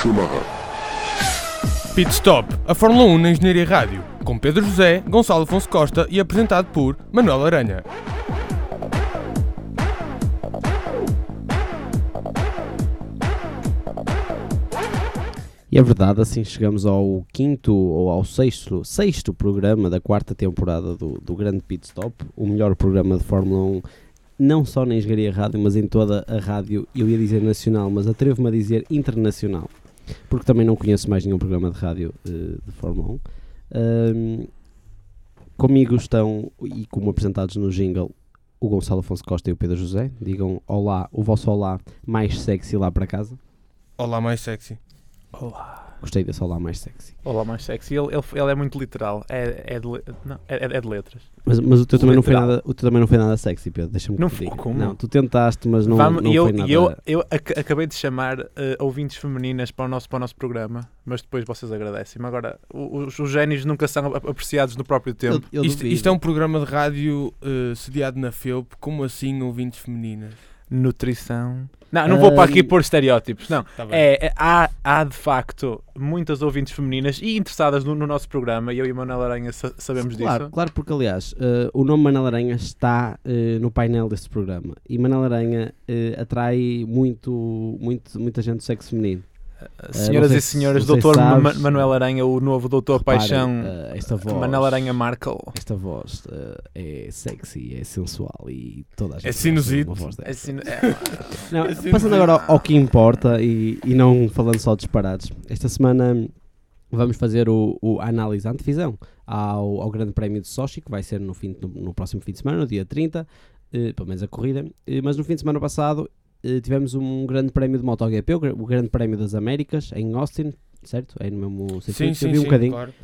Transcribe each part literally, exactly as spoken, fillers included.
Schumacher. Pit Stop, a Fórmula um na Engenharia Rádio, com Pedro José, Gonçalo Afonso Costa e apresentado por Manuel Aranha. E é verdade, assim chegamos ao quinto ou ao sexto, sexto programa da quarta temporada do, do Grande Pit Stop, o melhor programa de Fórmula um, não só na Engenharia Rádio, mas em toda a rádio, eu ia dizer nacional, mas atrevo-me a dizer internacional, porque também não conheço mais nenhum programa de rádio uh, de Fórmula um. Um, comigo estão, e como apresentados no jingle, o Gonçalo Afonso Costa e o Pedro José. Digam olá, o vosso olá mais sexy lá para casa. Olá, mais sexy. Olá. Gostei desse olá mais sexy. Olá, mais sexy. Ele, ele, ele é muito literal. É, é, de, não, é, é de letras. Mas, mas o, teu também não foi Literal. nada, o teu também não foi nada sexy, Pedro. Deixa-me Não que te foi, diga. como? Não, tu tentaste, mas não, Vamos, não eu, foi nada. eu, eu ac- acabei de chamar uh, ouvintes femininas para o, nosso, para o nosso programa, mas depois vocês agradecem-me. Agora, os, os génios nunca são apreciados no próprio tempo. Eu- eu Isto, duvido. isto é um programa de rádio uh, sediado na F E U P, como assim ouvintes femininas? Nutrição. Não, não vou para aqui Um, pôr estereótipos. Não. Tá bem. É, é, há, há de facto muitas ouvintes femininas e interessadas no, no nosso programa, e eu e o Manuel Aranha sa- sabemos Claro, disso. claro, porque aliás, uh, o nome Manel Aranha está uh, no painel deste programa. E Manel Aranha uh, atrai muito, muito, muita gente do sexo feminino. Senhoras não sei e senhores, se- não sei doutor se Ma- sabes, Manuel Aranha, o novo doutor Reparem, Paixão, uh, esta voz, Manuel Aranha Markle. Esta voz uh, é sexy, é sensual e toda a gente É gosta de sinusite. uma voz dessa. Assim, é, Não, É passando agora ao, ao que importa e, e não falando só de disparados, esta semana vamos fazer o, o a análise, a antevisão ao, ao Grande Prémio de Sochi, que vai ser no, fim, no, no próximo fim de semana, no dia trinta, eh, pelo menos a corrida, eh, mas no fim de semana passado eh, tivemos um Grande Prémio de MotoGP, o, gra- o Grande Prémio das Américas, em Austin, certo? É no mesmo Sim, circuito, sim, eu vi um sim, bocadinho claro.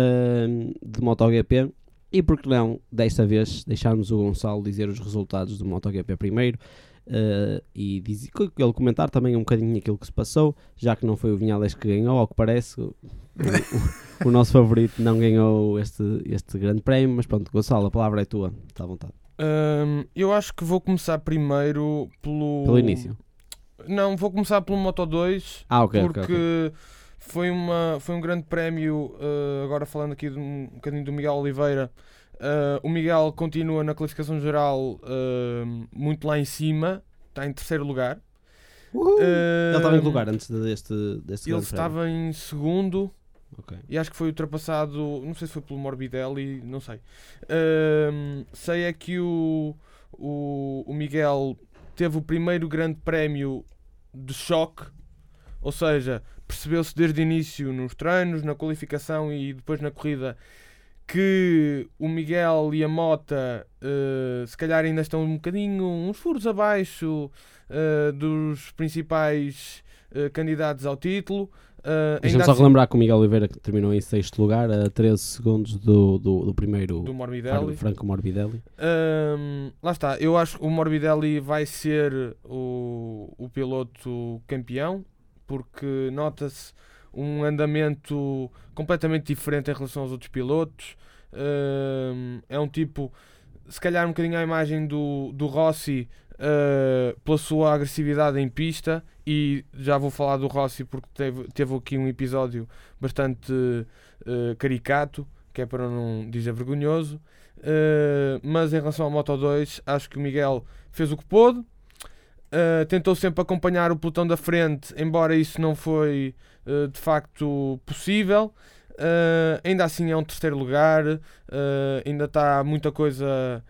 uh, de MotoGP. E por que não, desta vez, deixarmos o Gonçalo dizer os resultados do MotoGP primeiro uh, e diz, ele comentar também um bocadinho aquilo que se passou, já que não foi o Vinhales que ganhou, ao que parece, o, o, o nosso favorito não ganhou este, este grande prémio, mas pronto, Gonçalo, a palavra é tua, está à vontade. Hum, eu acho que vou começar primeiro pelo... Pelo início. Não, vou começar pelo Moto dois, Ah, ok, porque ok, ok. Foi, uma, foi um grande prémio, uh, agora falando aqui de um, um bocadinho do Miguel Oliveira. Uh, o Miguel continua na classificação geral uh, muito lá em cima, está em terceiro lugar. Uhul. Uh, Ele estava em que lugar antes deste, deste Ele grande prémio? estava em segundo. Ok. E acho que foi ultrapassado, não sei se foi pelo Morbidelli, não sei. Ahm, sei é que o, o, o Miguel teve o primeiro grande prémio de choque, ou seja, percebeu-se desde o início nos treinos, na qualificação e depois na corrida, que o Miguel e a Mota uh, se calhar ainda estão um bocadinho, uns furos abaixo uh, dos principais uh, candidatos ao título. Uh, Deixa-me ainda só assim- relembrar que o Miguel Oliveira que terminou em sexto lugar, a treze segundos do, do, do primeiro do Morbidelli. Franco Morbidelli. Um, lá está, eu acho que o Morbidelli vai ser o, o piloto campeão, porque nota-se um andamento completamente diferente em relação aos outros pilotos. Um, é um tipo, se calhar um bocadinho à imagem do, do Rossi, uh, pela sua agressividade em pista, e já vou falar do Rossi porque teve, teve aqui um episódio bastante uh, caricato, que é para não dizer vergonhoso. Uh, mas em relação ao Moto dois, acho que o Miguel fez o que pôde, uh, tentou sempre acompanhar o pelotão da frente, embora isso não foi uh, de facto possível. Uh, ainda assim é um terceiro lugar, uh, ainda está muita coisa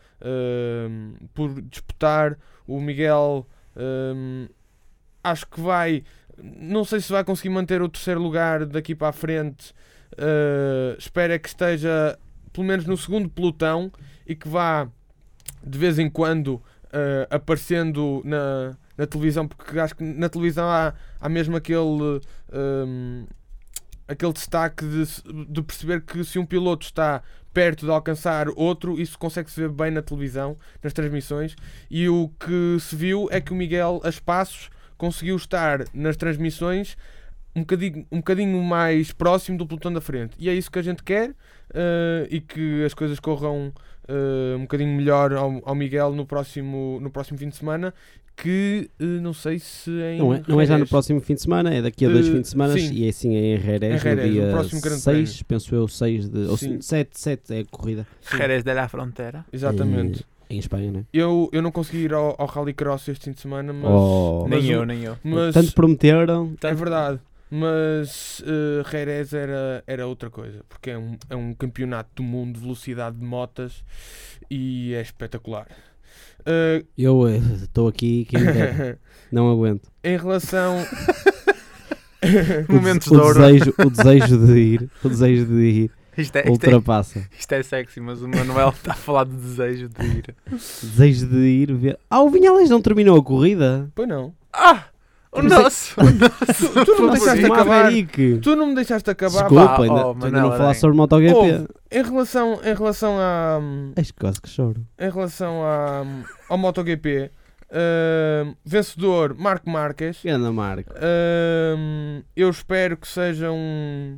uh, por disputar. O Miguel um, acho que vai, não sei se vai conseguir manter o terceiro lugar daqui para a frente. Uh, espero é que esteja pelo menos no segundo pelotão e que vá de vez em quando uh, aparecendo na, na televisão, porque acho que na televisão há, há mesmo aquele um, aquele destaque de, de perceber que se um piloto está perto de alcançar outro, isso consegue-se ver bem na televisão, nas transmissões, e o que se viu é que o Miguel, a espaços, conseguiu estar nas transmissões um bocadinho, um bocadinho mais próximo do pelotão da frente, e é isso que a gente quer, uh, e que as coisas corram uh, um bocadinho melhor ao, ao Miguel no próximo, no próximo fim de semana, que uh, não sei se em Não é, não é já no Jerez. próximo fim de semana, é daqui a dois Uh, fins de semana sim. e é assim é em Jerez, Em Jerez, no dia no próximo Grande seis, penso eu, seis de, ou Sim. sete, sete é a corrida Sim, Jerez de la Frontera. exatamente. eh, em Espanha, não é? Eu, eu não consegui ir ao, ao Rallycross este fim de semana, mas, Oh. mas Nem o- eu, nem eu. mas Tanto prometeram, é verdade. Mas uh, Jerez era, era outra coisa, porque é um, é um campeonato do mundo de velocidade de motas e é espetacular. Uh, eu estou aqui, quem me dera. Não aguento. em relação. O, Momentos des- de o ouro. desejo, o desejo de ir, o desejo de ir Isto é, isto, é, ultrapassa. isto é sexy, mas o Manuel está a falar de desejo de ir. Desejo de ir ver. Ah, o Vinhales não terminou a corrida? Pois não. Ah! O Mas é- nosso! O nosso! Tu- tu não Por deixaste isso. de acabar. Maverick. Tu não me deixaste acabar. Desculpa, pá. ainda, oh, tu ainda Manel, não falar bem. sobre MotoGP. Ouve, em relação, em relação a. Ai, quase que choro. Em relação a, ao MotoGP, uh, vencedor Marco Marques. Grande Marco. Uh, eu espero que seja um,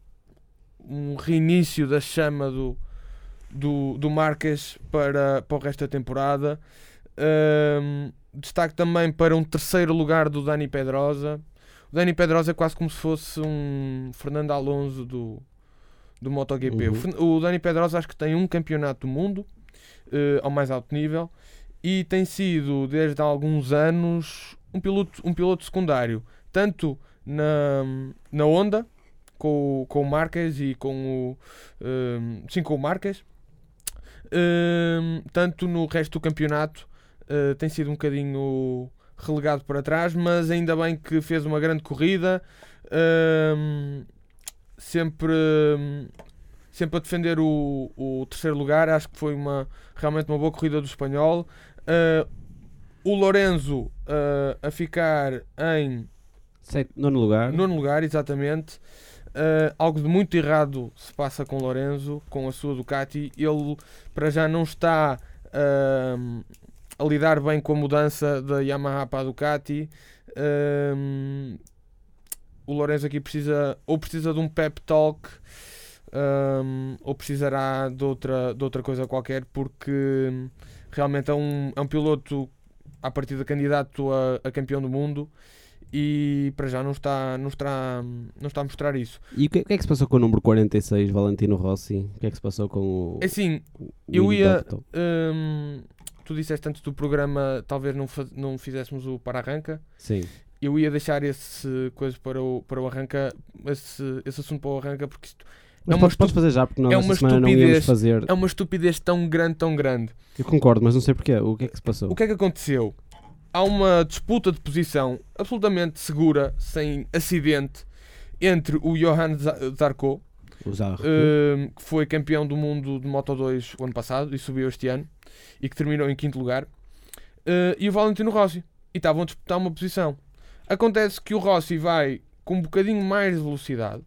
um reinício da chama do, do, do Marques para, para o resto da temporada. Uh, destaque também para um terceiro lugar do Dani Pedrosa. O Dani Pedrosa é quase como se fosse um Fernando Alonso do, do MotoGP. Uhum. O, Fer- o Dani Pedrosa acho que tem um campeonato do mundo uh, ao mais alto nível e tem sido desde há alguns anos um piloto, um piloto secundário, tanto na, na Honda com, o- com o Marques e com o um, sim, com o Marques, um, tanto no resto do campeonato uh, tem sido um bocadinho relegado para trás, mas ainda bem que fez uma grande corrida, um, sempre sempre a defender o, o terceiro lugar. Acho que foi uma, realmente uma boa corrida do espanhol. Uh, o Lorenzo uh, a ficar em Sete, nono lugar. nono lugar, exatamente. Uh, algo de muito errado se passa com o Lorenzo, com a sua Ducati. Ele para já não está uh, a lidar bem com a mudança da Yamaha para a Ducati. Uh, o Lorenzo aqui precisa ou precisa de um pep talk, um, ou precisará de outra, de outra coisa qualquer, porque realmente é um, é um piloto à partida candidato a, a campeão do mundo e para já não está, não está, não está a mostrar isso. E o que, o que é que se passou com o número quarenta e seis, Valentino Rossi? O que é que se passou com o... É assim, o eu Will ia... Doctor? hum, tu disseste antes do programa talvez não, fa- não fizéssemos o para-arranca. Sim. Eu ia deixar esse coisa para o, para o arranca, esse, esse assunto para o arranca, porque isto Mas É uma podes, podes fazer já, porque nós é esta uma semana não estupidez. íamos fazer... é uma estupidez tão grande, tão grande. Eu concordo, mas não sei porquê. O que é que se passou? O que é que aconteceu? Há uma disputa de posição absolutamente segura, sem acidente, entre o Johan Za- Zarco, O Zarco. hum, que foi campeão do mundo de Moto dois o ano passado e subiu este ano, e que terminou em quinto lugar, uh, e o Valentino Rossi. E estavam a disputar uma posição. Acontece que o Rossi vai com um bocadinho mais de velocidade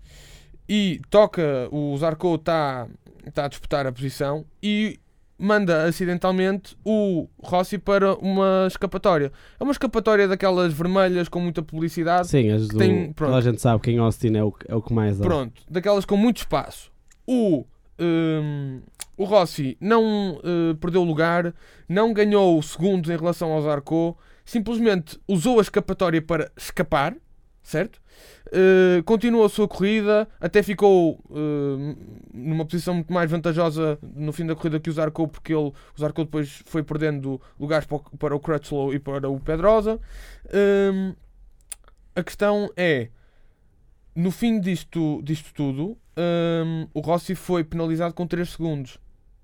e toca, o Zarco está tá a disputar a posição e manda acidentalmente o Rossi para uma escapatória. É uma escapatória daquelas vermelhas com muita publicidade. Sim, as do... tem- pronto. toda a gente sabe que em Austin é o, que- é o que mais dá. Pronto, daquelas com muito espaço. O, hum, o Rossi não uh, perdeu lugar, não ganhou segundos em relação ao Zarco, simplesmente usou a escapatória para escapar, certo? Uh, continuou a sua corrida, até ficou uh, numa posição muito mais vantajosa no fim da corrida que o Zarco, porque ele, o Zarco depois foi perdendo lugares para o, para o Crutchlow e para o Pedrosa. Um, a questão é, no fim disto, disto tudo, um, o Rossi foi penalizado com três segundos.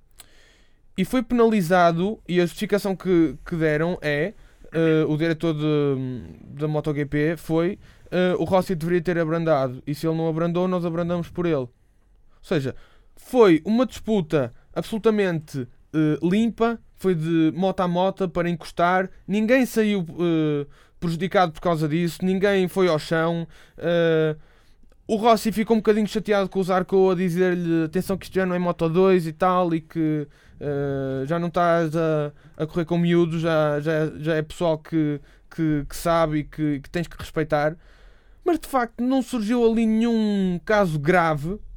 E foi penalizado, e a justificação que, que deram é, uh, o diretor de, da MotoGP foi, uh, o Rossi deveria ter abrandado, e se ele não abrandou, nós abrandamos por ele. Ou seja, foi uma disputa absolutamente uh, limpa, foi de moto a moto para encostar, ninguém saiu uh, prejudicado por causa disso, ninguém foi ao chão. Uh, o Rossi ficou um bocadinho chateado com o Zarco a dizer-lhe atenção que isto já não é Moto dois e tal, e que uh, já não estás a, a correr com miúdos, já, já, já é pessoal que, que, que sabe e que, que tens que respeitar. Mas de facto não surgiu ali nenhum caso grave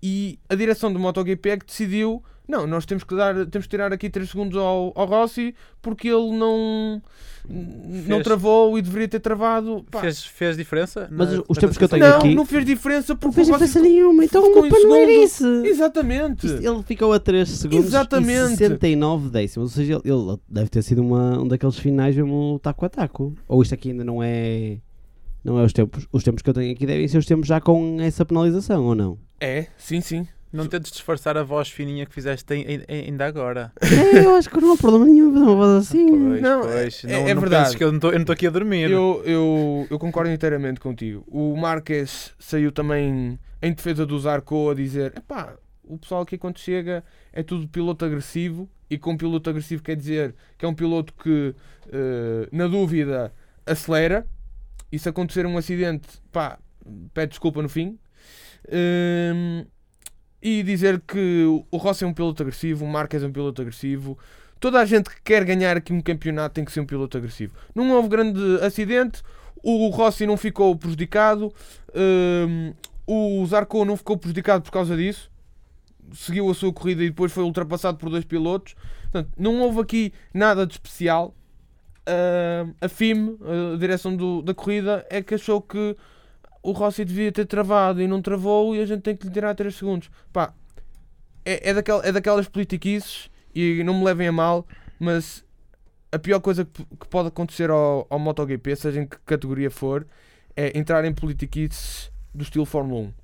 e a direção do MotoGP é que decidiu, não, nós temos que, dar, temos que tirar aqui três segundos ao, ao Rossi porque ele não, Fez. não travou e deveria ter travado. Pá. Fez, fez diferença? Mas na- os- os na tempos que eu tenho Não, aqui- não fez diferença Não porque fez o Rossi diferença nenhuma, então ficou o em culpa não era segundo. isso. Exatamente. Isto- Ele ficou a três segundos Exatamente. e sessenta e nove décimos. Ou seja, ele, ele deve ter sido uma, um daqueles finais mesmo taco a taco. Ou isto aqui ainda não é. Não é os tempos. Os tempos que eu tenho aqui devem ser os tempos já com essa penalização, ou não? É, sim, sim. Não tentes disfarçar a voz fininha que fizeste ai- ai- ainda agora. É, eu acho que não há problema nenhum fazer uma voz assim. Pois, Não, pois. é- não, é não verdade. penses que eu não estou aqui a dormir. Eu, eu, eu concordo inteiramente contigo. O Marques saiu também em defesa do Zarco a dizer: epá, o pessoal aqui quando chega é tudo piloto agressivo, e com piloto agressivo quer dizer que é um piloto que, eh, na dúvida, acelera, e se acontecer um acidente, pá, pede desculpa no fim. Ehm, e dizer que o Rossi é um piloto agressivo, o Marques é um piloto agressivo. Toda a gente que quer ganhar aqui um campeonato tem que ser um piloto agressivo. Não houve grande acidente, o Rossi não ficou prejudicado, ehm, o Zarco não ficou prejudicado por causa disso, seguiu a sua corrida e depois foi ultrapassado por dois pilotos. Portanto, não houve aqui nada de especial. Uh, a F I M, a direção do, da corrida, é que achou que o Rossi devia ter travado e não travou e a gente tem que lhe tirar três segundos. Pá, é, é, daquel, é daquelas politiquices, e não me levem a mal, mas a pior coisa que, que pode acontecer ao, ao MotoGP, seja em que categoria for, é entrar em politiquices do estilo Fórmula um.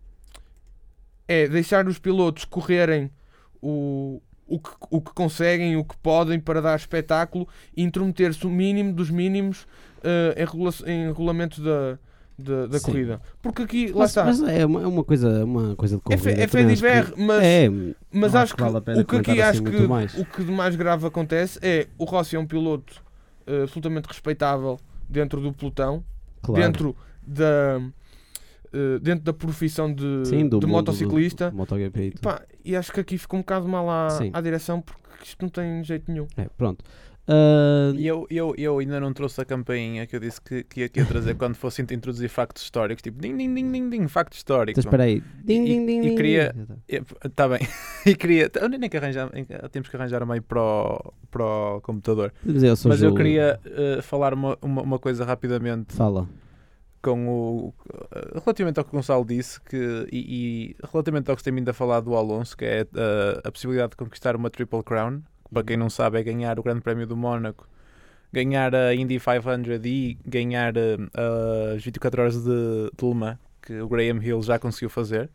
É deixar os pilotos correrem o, o, que, o que conseguem, o que podem para dar espetáculo, e intrometer-se o mínimo dos mínimos uh, em, regula em regulamentos da, da, da corrida. Porque aqui, lá Mas, está, mas é uma, é uma coisa, uma coisa de é corrida. fé, é fé também de acho que- ver, mas, é, mas não acho que, vale a pena o que aqui comentar acho assim que muito mais. o que de mais grave acontece é o Rossi é um piloto uh, absolutamente respeitável dentro do pelotão, Claro. dentro da uh, dentro da profissão de, Sim, do de mundo motociclista. do MotoGP e tudo. Pá, e acho que aqui ficou um bocado mal à, Sim. à direção, porque isto não tem jeito nenhum. É, pronto. Ah, E eu, eu, eu ainda não trouxe a campainha que eu disse que, que ia, que ia trazer quando fosse introduzir factos históricos, tipo ding ding ding ding ding, facto histórico. então espera aí. Ding, E- ding, ding, e ding, queria- ding. Está bem. E queria. Nem que arranjar, temos que arranjar meio para o, para o computador. Podemos dizer, sou Mas eu Júlio. queria eh, falar uma, uma, uma coisa rapidamente Fala. com o. eh, relativamente ao que o Gonçalo disse, que, e, e relativamente ao que se tem vindo a falar do Alonso, que é eh, a possibilidade de conquistar uma Triple Crown. Que, para quem não sabe, é ganhar o Grande Prémio do Mónaco, ganhar a Indy quinhentos e ganhar uh, as vinte e quatro horas de, de Le Mans, que o Graham Hill já conseguiu fazer.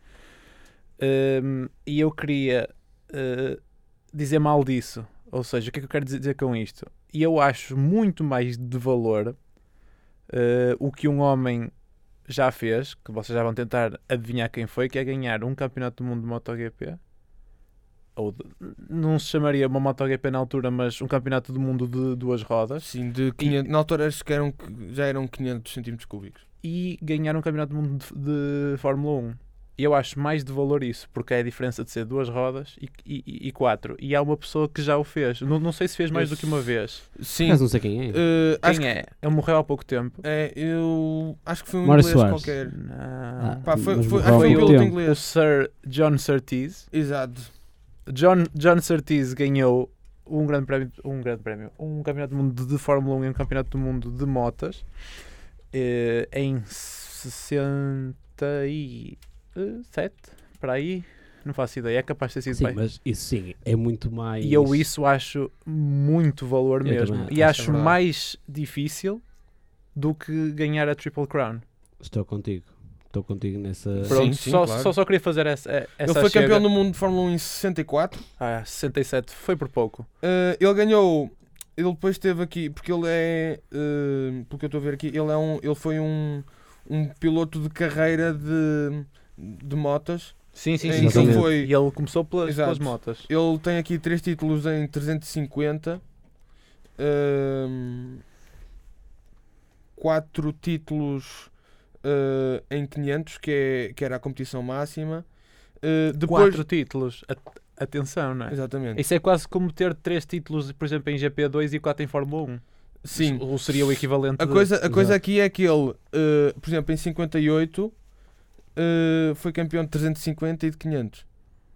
Um, e eu queria uh, dizer mal disso. Ou seja, o que é que eu quero dizer com isto? E eu acho muito mais de valor uh, o que um homem já fez, que vocês já vão tentar adivinhar quem foi, que é ganhar um campeonato do mundo de MotoGP. Ou de, não se chamaria uma MotoGP na altura, mas um campeonato do mundo de duas rodas. Sim, de quinhentos, na altura acho que eram, já eram quinhentos centímetros cúbicos. E ganhar um campeonato do mundo de, de Fórmula um. E eu acho mais de valor isso, porque é a diferença de ser duas rodas e, e, e quatro. E há uma pessoa que já o fez. Não, não sei se fez mais Eu do que uma vez. Sim. Mas não sei quem é. Uh, acho Quem que, é? Ele morreu há pouco tempo. é, eu acho que foi um Mário inglês Soares. qualquer. Não. Ah, Pá, foi, mas foi, morreu acho que foi há um pouco piloto tempo. O inglês. Sir John Surtees. Exato. John, John Surtees ganhou um grande prémio, um grande prémio, um campeonato do mundo de Fórmula um e um campeonato do mundo de motas eh, em sessenta e sete, para aí, não faço ideia, é capaz de ter sido Sim, bem. mas isso sim, é muito mais. E eu isso acho muito valor Eu mesmo. também E acho acho verdade. mais difícil do que ganhar a Triple Crown. Estou contigo. Estou contigo nessa. Pronto, Sim, sim, só, claro. só, só queria fazer essa, essa Ele foi chega. campeão do mundo de Fórmula um em sessenta e quatro. Ah, sessenta e sete, foi por pouco. Uh, ele ganhou. Ele depois esteve aqui, porque ele é. Uh, pelo que eu estou a ver aqui, ele, é um, ele foi um, um piloto de carreira de, de motas. Sim, sim, É, sim. então sim. foi- E ele começou pelas, Exato. pelas motas. Ele tem aqui três títulos em trezentos e cinquenta. Um, quatro títulos uh, em quinhentos, que, é, que era a competição máxima. Uh, depois, Quatro títulos. At- Atenção, não é? Exatamente. Isso é quase como ter três títulos, por exemplo, em G P dois e quatro em Fórmula um. Sim. Ou seria o equivalente A de- coisa, a coisa Exato. aqui é que ele, uh, por exemplo, em cinquenta e oito, uh, foi campeão de trezentos e cinquenta e de quinhentos.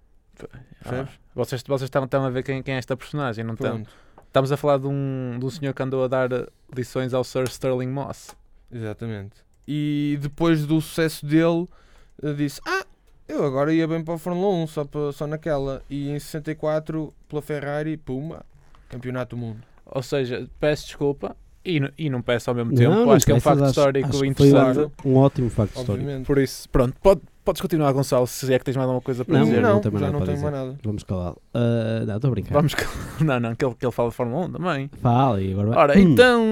Ah, vocês, vocês estão, estão a ver quem, quem é esta personagem, não estão? Pronto. Estamos a falar de um, de um senhor que andou a dar lições ao Sir Sterling Moss. Exatamente. E depois do sucesso dele, uh, disse: Ah, eu agora ia bem para a Fórmula um, só, para, só naquela. E em sessenta e quatro, pela Ferrari, puma, campeonato do mundo. Ou seja, peço desculpa e, e não peço ao mesmo tempo. Não, não acho que é um peças, facto acho- histórico acho que interessante. Foi um, um ótimo facto histórico. Obviamente. Por isso, pronto, pode, podes continuar, Gonçalo, se é que tens mais alguma coisa para Não, dizer. não, não tenho mais já nada não para tenho dizer. mais nada. Vamos calá-lo. Uh, não, estou a brincar. Vamos, não, não, que ele, que ele fala de Fórmula um também. Fala e agora vai. Ora, Hum. então.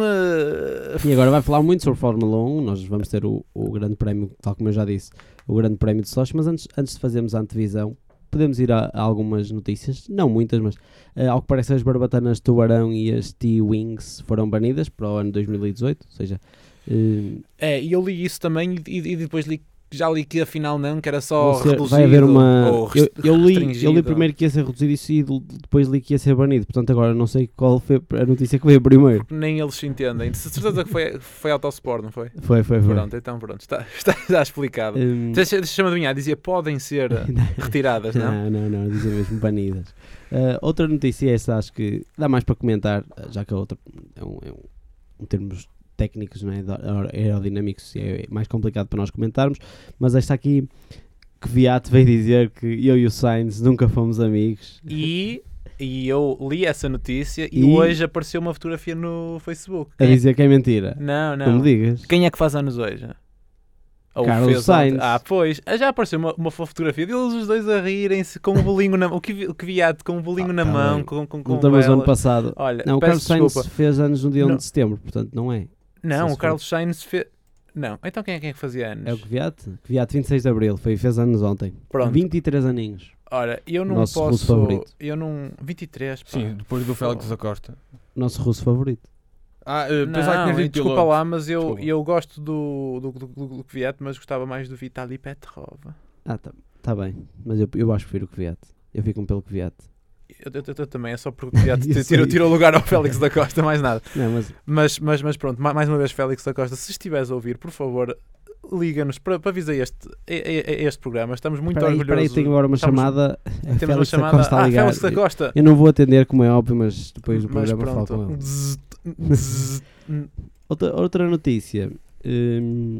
uh, E agora vai falar muito sobre Fórmula um. Nós vamos ter o, o grande prémio, tal como eu já disse, o grande prémio de Sochi. Mas antes, antes de fazermos a antevisão, podemos ir a, a algumas notícias. Não muitas, mas uh, ao que parece as barbatanas Tubarão e as T-Wings foram banidas para o ano dois mil e dezoito. Ou seja, uh, É, e eu li isso também e, e depois li, já li que afinal não, que era só vão ser- reduzido. vai haver uma. ou Eu, eu, li, eu restringido. li primeiro que ia ser reduzido isso e de- depois li que ia ser banido. Portanto, agora não sei qual foi a notícia que veio primeiro. Nem eles se entendem. De certeza que foi, foi Autosport, não foi? Foi, foi, foi. Pronto, então pronto, está, está, está explicado. Um, Deixa- Deixa-me adivinhar, dizia podem ser retiradas, não? Não, não, não, dizem mesmo banidas. Uh, outra notícia, essa acho que dá mais para comentar, já que a outra é um, é um, um termos técnicos, não é? De aer- aerodinâmicos, é mais complicado para nós comentarmos, mas esta aqui, que Kvyat veio dizer que eu e o Sainz nunca fomos amigos. E, e eu li essa notícia e, E- hoje apareceu uma fotografia no Facebook. A Quem é- dizer que é mentira. Não, Não não. me digas. Quem é que faz anos hoje? Ou Carlos fez Sainz. ontem? Ah, pois. Ah, já apareceu uma, uma fotografia deles os dois a rirem-se com um bolinho na mão. O que o Kvyat com um bolinho Ah, na tá mão, bem. com, com, com Não estamos no ano velas. passado. Olha, Não, o peço Carlos Sainz desculpa. fez anos no dia um Não. de setembro, portanto não é. Não, se o for. Carlos Sainz fez... Não, então quem é, quem é que fazia anos? É o Kvyat? Kvyat, vinte e seis de Abril, foi, fez anos ontem. Pronto. vinte e três aninhos. Ora, eu não Nosso russo posso... favorito. Eu não... vinte e três, pá. Sim, depois do Félix da Costa. Nosso russo favorito. Ah, uh, pensava que Não, tinha dito desculpa piloto. lá, mas eu, Desculpa. eu gosto do, do, do, do, do Kvyat, mas gostava mais do Vitaly Petrov. Ah, tá, tá bem. Mas eu, eu acho que prefiro o Kvyat. Eu fico pelo Kvyat. Eu, eu, eu, eu também, é só porque o Kvyat Eu sei. tirou, tirou lugar ao Félix da Costa, mais nada. Não, mas Mas, mas, mas pronto, ma- mais uma vez, Félix da Costa, se estiveres a ouvir, por favor, liga-nos para, para avisar este, e- e- este programa. Estamos muito Peraí, orgulhosos. peraí, tenho agora uma Estamos- chamada. A Temos Félix uma chamada. da Costa a Ah, ligar. Félix da Costa. Eu não vou atender, como é óbvio, mas depois do Mas programa falo pronto. com ele. Zzz, zzz. Outra, outra notícia. hum,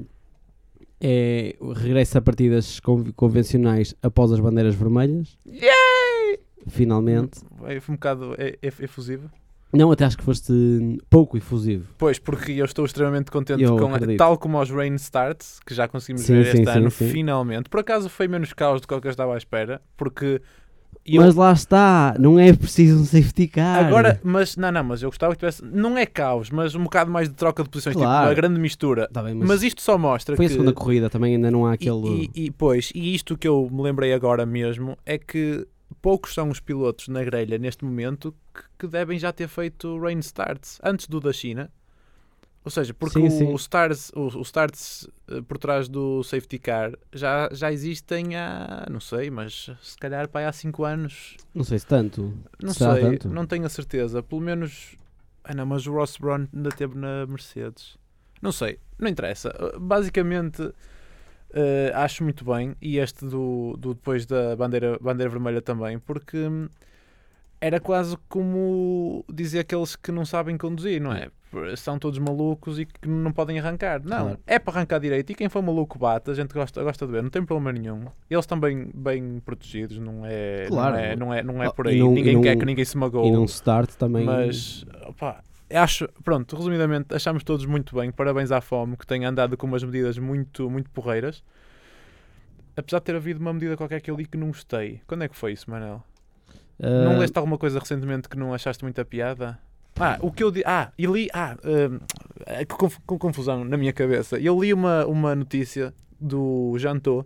é o regresso a partidas con- convencionais após as bandeiras vermelhas. Yay! Finalmente. É, foi um bocado é, é, efusivo. Não, até acho que foste hum, pouco efusivo. Pois, porque eu estou extremamente contente Eu com, acredito. tal como aos Rain Starts, que já conseguimos Sim, ver sim, este sim, ano, sim. finalmente. Por acaso foi menos caos do que eu estava à espera, porque eu- Mas lá está, não é preciso um safety car. agora, mas não, não, mas eu gostava que tivesse, não é caos, mas um bocado mais de troca de posições, Claro. tipo uma grande mistura. Tá bem, Mas, mas, isto só mostra foi que a segunda corrida, também ainda não há e, aquele. e, e, pois, e isto que eu me lembrei agora mesmo é que poucos são os pilotos na grelha neste momento que, que devem já ter feito rain starts antes do da China. Ou seja, porque Sim, o, sim. o starts, o, o starts eh, por trás do safety car já, já existem há, não sei, mas se calhar para aí há cinco anos. Não sei se tanto. Não Será sei, tanto? não tenho a certeza. Pelo menos. Ah, não, mas o Ross Brown ainda teve na Mercedes. Não sei, não interessa. Uh, Basicamente, uh, acho muito bem. E este do, do depois da bandeira, bandeira vermelha também, porque hum, era quase como dizer aqueles que não sabem conduzir, não é? São todos malucos e que não podem arrancar. Não, Claro. é para arrancar direito. E quem for maluco bate, a gente gosta, gosta de ver, não tem problema nenhum. Eles estão bem, bem protegidos, não é, Claro. não é, não é, não é Ah, por e aí. não- ninguém e não- quer que ninguém se magoe. E num start também. Mas, opá, acho, pronto, resumidamente, achamos todos muito bem. Parabéns à FOM, que tem andado com umas medidas muito, muito porreiras. Apesar de ter havido uma medida qualquer que eu li que não gostei. Quando é que foi isso, Manel? Ah, Não leste alguma coisa recentemente que não achaste muita piada? Ah, o que eu di... Ah, e li... Ah, hum, é que conf- com confusão na minha cabeça. Eu li uma, uma notícia do Jantô,